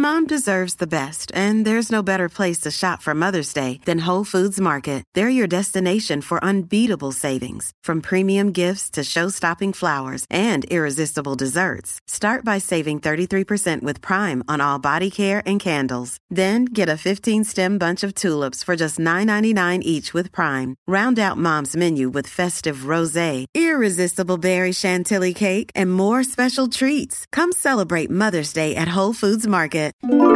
Mom deserves the best, and there's no better place to shop for Mother's Day than Whole Foods Market. They're your destination for unbeatable savings, from premium gifts to show-stopping flowers and irresistible desserts. Start by saving 33% with Prime on all body care and candles. Then get a 15-stem bunch of tulips for just $9.99 each with Prime. Round out Mom's menu with festive rosé, irresistible berry chantilly cake, and more special treats. Come celebrate Mother's Day at Whole Foods Market.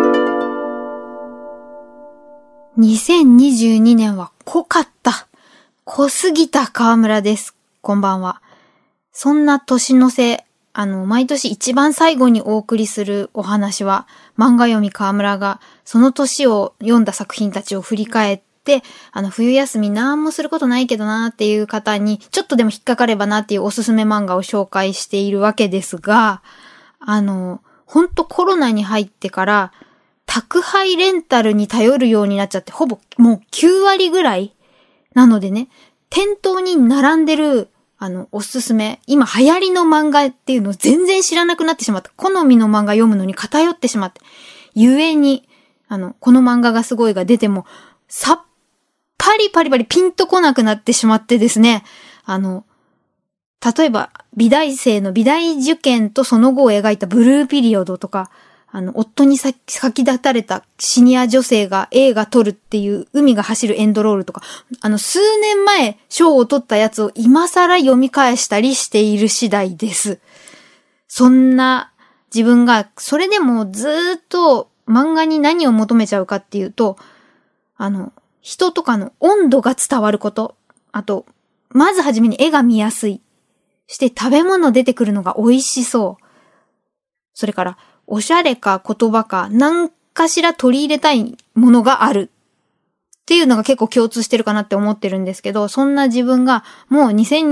2022年は濃かった。濃すぎた河村です。こんばんは。そんな年の瀬、毎年一番最後にお送りするお話は、漫画読み河村がその年を読んだ作品たちを振り返って、冬休みなんもすることないけどなっていう方に、ちょっとでも引っかかればなっていうおすすめ漫画を紹介しているわけですが、ほんとコロナに入ってから、宅配レンタルに頼るようになっちゃって、ほぼもう9割ぐらいなのでね、店頭に並んでる、おすすめ、今流行りの漫画っていうのを全然知らなくなってしまった。好みの漫画読むのに偏ってしまって。ゆえに、この漫画がすごいが出ても、さっぱりパリパリピンとこなくなってしまってですね、例えば、美大生の美大受験とその後を描いたブルーピリオドとか、夫に先立たれたシニア女性が映画撮るっていう海が走るエンドロールとか、数年前賞を取ったやつを今更読み返したりしている次第です。そんな自分が、それでもずーっと漫画に何を求めちゃうかっていうと、人とかの温度が伝わること、あと、まずはじめに絵が見やすい。して食べ物出てくるのが美味しそう。それから、おしゃれか言葉か何かしら取り入れたいものがある。っていうのが結構共通してるかなって思ってるんですけど、そんな自分がもう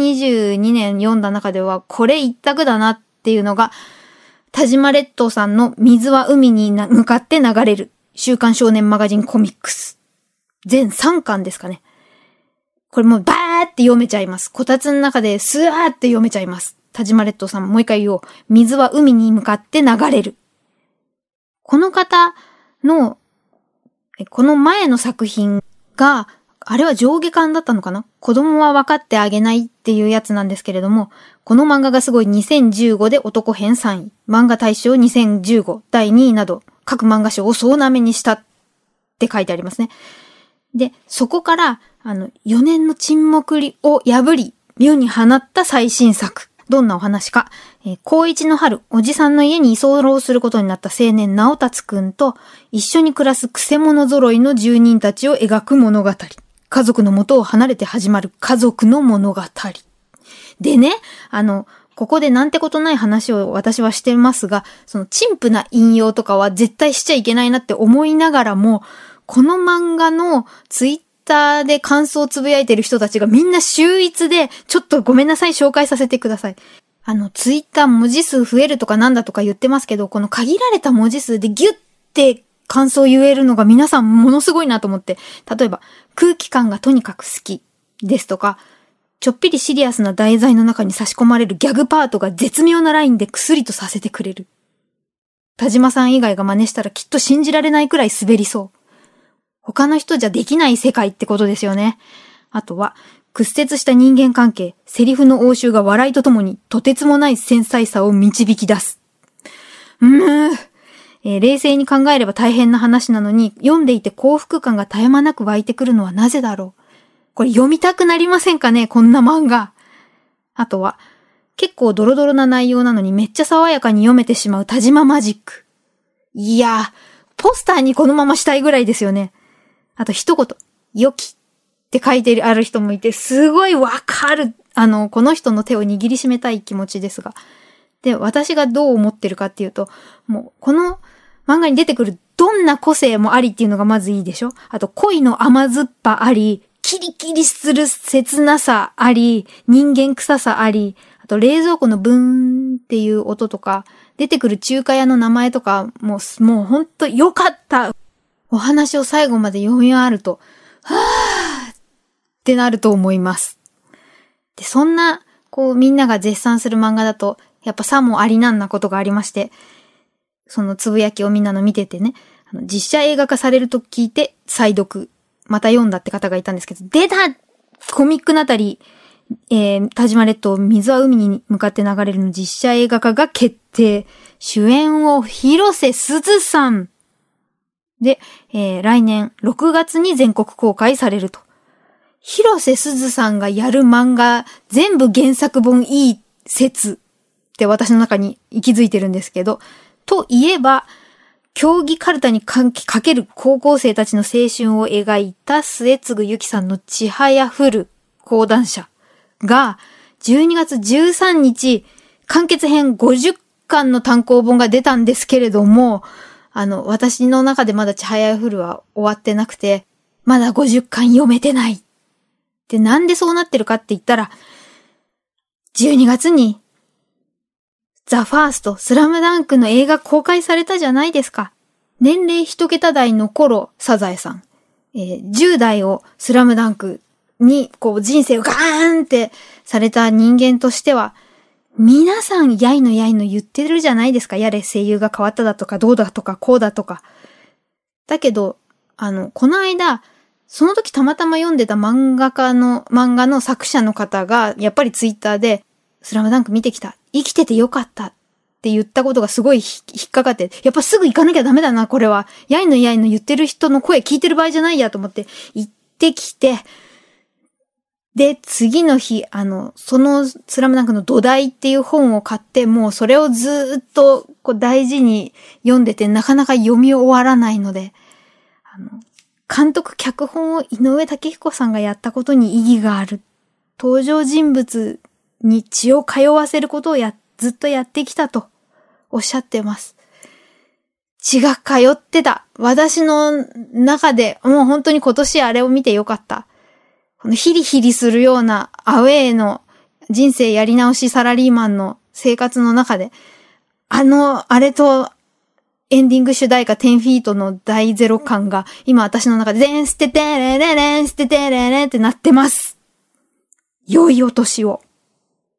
2022年読んだ中ではこれ一択だなっていうのが、田島列島さんの水は海に向かって流れる週刊少年マガジンコミックス。全3巻ですかね。これもうバーって読めちゃいます。こたつの中でスワーって読めちゃいます。田島列島さんもう一回言おう。水は海に向かって流れる。この方の、この前の作品が、あれは上下巻だったのかな？子供は分かってあげないっていうやつなんですけれども、この漫画がすごい2015で男編3位、漫画大賞2015第2位など、各漫画賞を総なめにしたって書いてありますね。で、そこから、4年の沈黙を破り、世に放った最新作。どんなお話か。高一の春、おじさんの家に居候することになった青年直達くんと、一緒に暮らすクセ者揃いの住人たちを描く物語。家族の元を離れて始まる家族の物語。でね、ここでなんてことない話を私はしてますが、その陳腐な引用とかは絶対しちゃいけないなって思いながらも、この漫画のツイッターで感想をつぶやいてる人たちがみんな秀逸で、ちょっとごめんなさい、紹介させてください。ツイッター文字数増えるとかなんだとか言ってますけど、この限られた文字数でギュッて感想を言えるのが皆さんものすごいなと思って、例えば、空気感がとにかく好きですとか、ちょっぴりシリアスな題材の中に差し込まれるギャグパートが絶妙なラインで薬とさせてくれる。田島さん以外が真似したらきっと信じられないくらい滑りそう。他の人じゃできない世界ってことですよね。あとは、屈折した人間関係、セリフの応酬が笑いとともにとてつもない繊細さを導き出す。冷静に考えれば大変な話なのに、読んでいて幸福感が絶え間なく湧いてくるのはなぜだろう。これ読みたくなりませんかね、こんな漫画。あとは、結構ドロドロな内容なのにめっちゃ爽やかに読めてしまう田島マジック。いやー、ポスターにこのまましたいぐらいですよね。あと一言、良きって書いてある人もいて、すごいわかる。この人の手を握りしめたい気持ちですが。で、私がどう思ってるかっていうと、もう、この漫画に出てくるどんな個性もありっていうのがまずいいでしょ？あと、恋の甘酸っぱあり、キリキリする切なさあり、人間臭さあり、あと、冷蔵庫のブーンっていう音とか、出てくる中華屋の名前とか、もうほんと良かった。お話を最後まで読み終わると、はぁーってなると思います。で、そんな、みんなが絶賛する漫画だと、やっぱさもありなんなことがありまして、 そのつぶやきをみんなの見ててね、実写映画化されると聞いて再読、また読んだって方がいたんですけど、出たコミックナタリー、田島列島、水は海に向かって流れるの実写映画化が決定。主演を広瀬すずさん。で、来年6月に全国公開されると。広瀬すずさんがやる漫画、全部原作本いい説って私の中に息づいてるんですけど、といえば、競技カルタにかける高校生たちの青春を描いた末次由紀さんのちはやふる講談社が12月13日完結編50巻の単行本が出たんですけれども、私の中でまだちはやふるは終わってなくて、まだ50巻読めてない。で、なんでそうなってるかって言ったら、12月にザ・ファースト、スラムダンクの映画公開されたじゃないですか。年齢一桁台の頃、サザエさん。10代をスラムダンクに、人生をガーンってされた人間としては、皆さん、やいの言ってるじゃないですか。やれ、声優が変わっただとか、どうだとか、こうだとか。だけど、この間、その時たまたま読んでた漫画の作者の方が、やっぱりツイッターで、スラムダンク見てきた。生きててよかったって言ったことがすごい引っかかって、やっぱすぐ行かなきゃダメだな、これは。やいの言ってる人の声聞いてる場合じゃないやと思って行ってきて、で、次の日、そのスラムダンクの土台っていう本を買って、もうそれをずっと大事に読んでて、なかなか読み終わらないので、監督脚本を井上武彦さんがやったことに意義がある。登場人物に血を通わせることをずっとやってきたとおっしゃってます。血が通ってた。私の中で、もう本当に今年あれを見てよかった。このヒリヒリするようなアウェーの人生やり直しサラリーマンの生活の中で、あれとエンディング主題歌10フィートの大ゼロ感が今私の中でデンステテレレレンステテレレンってなってます。良いお年を。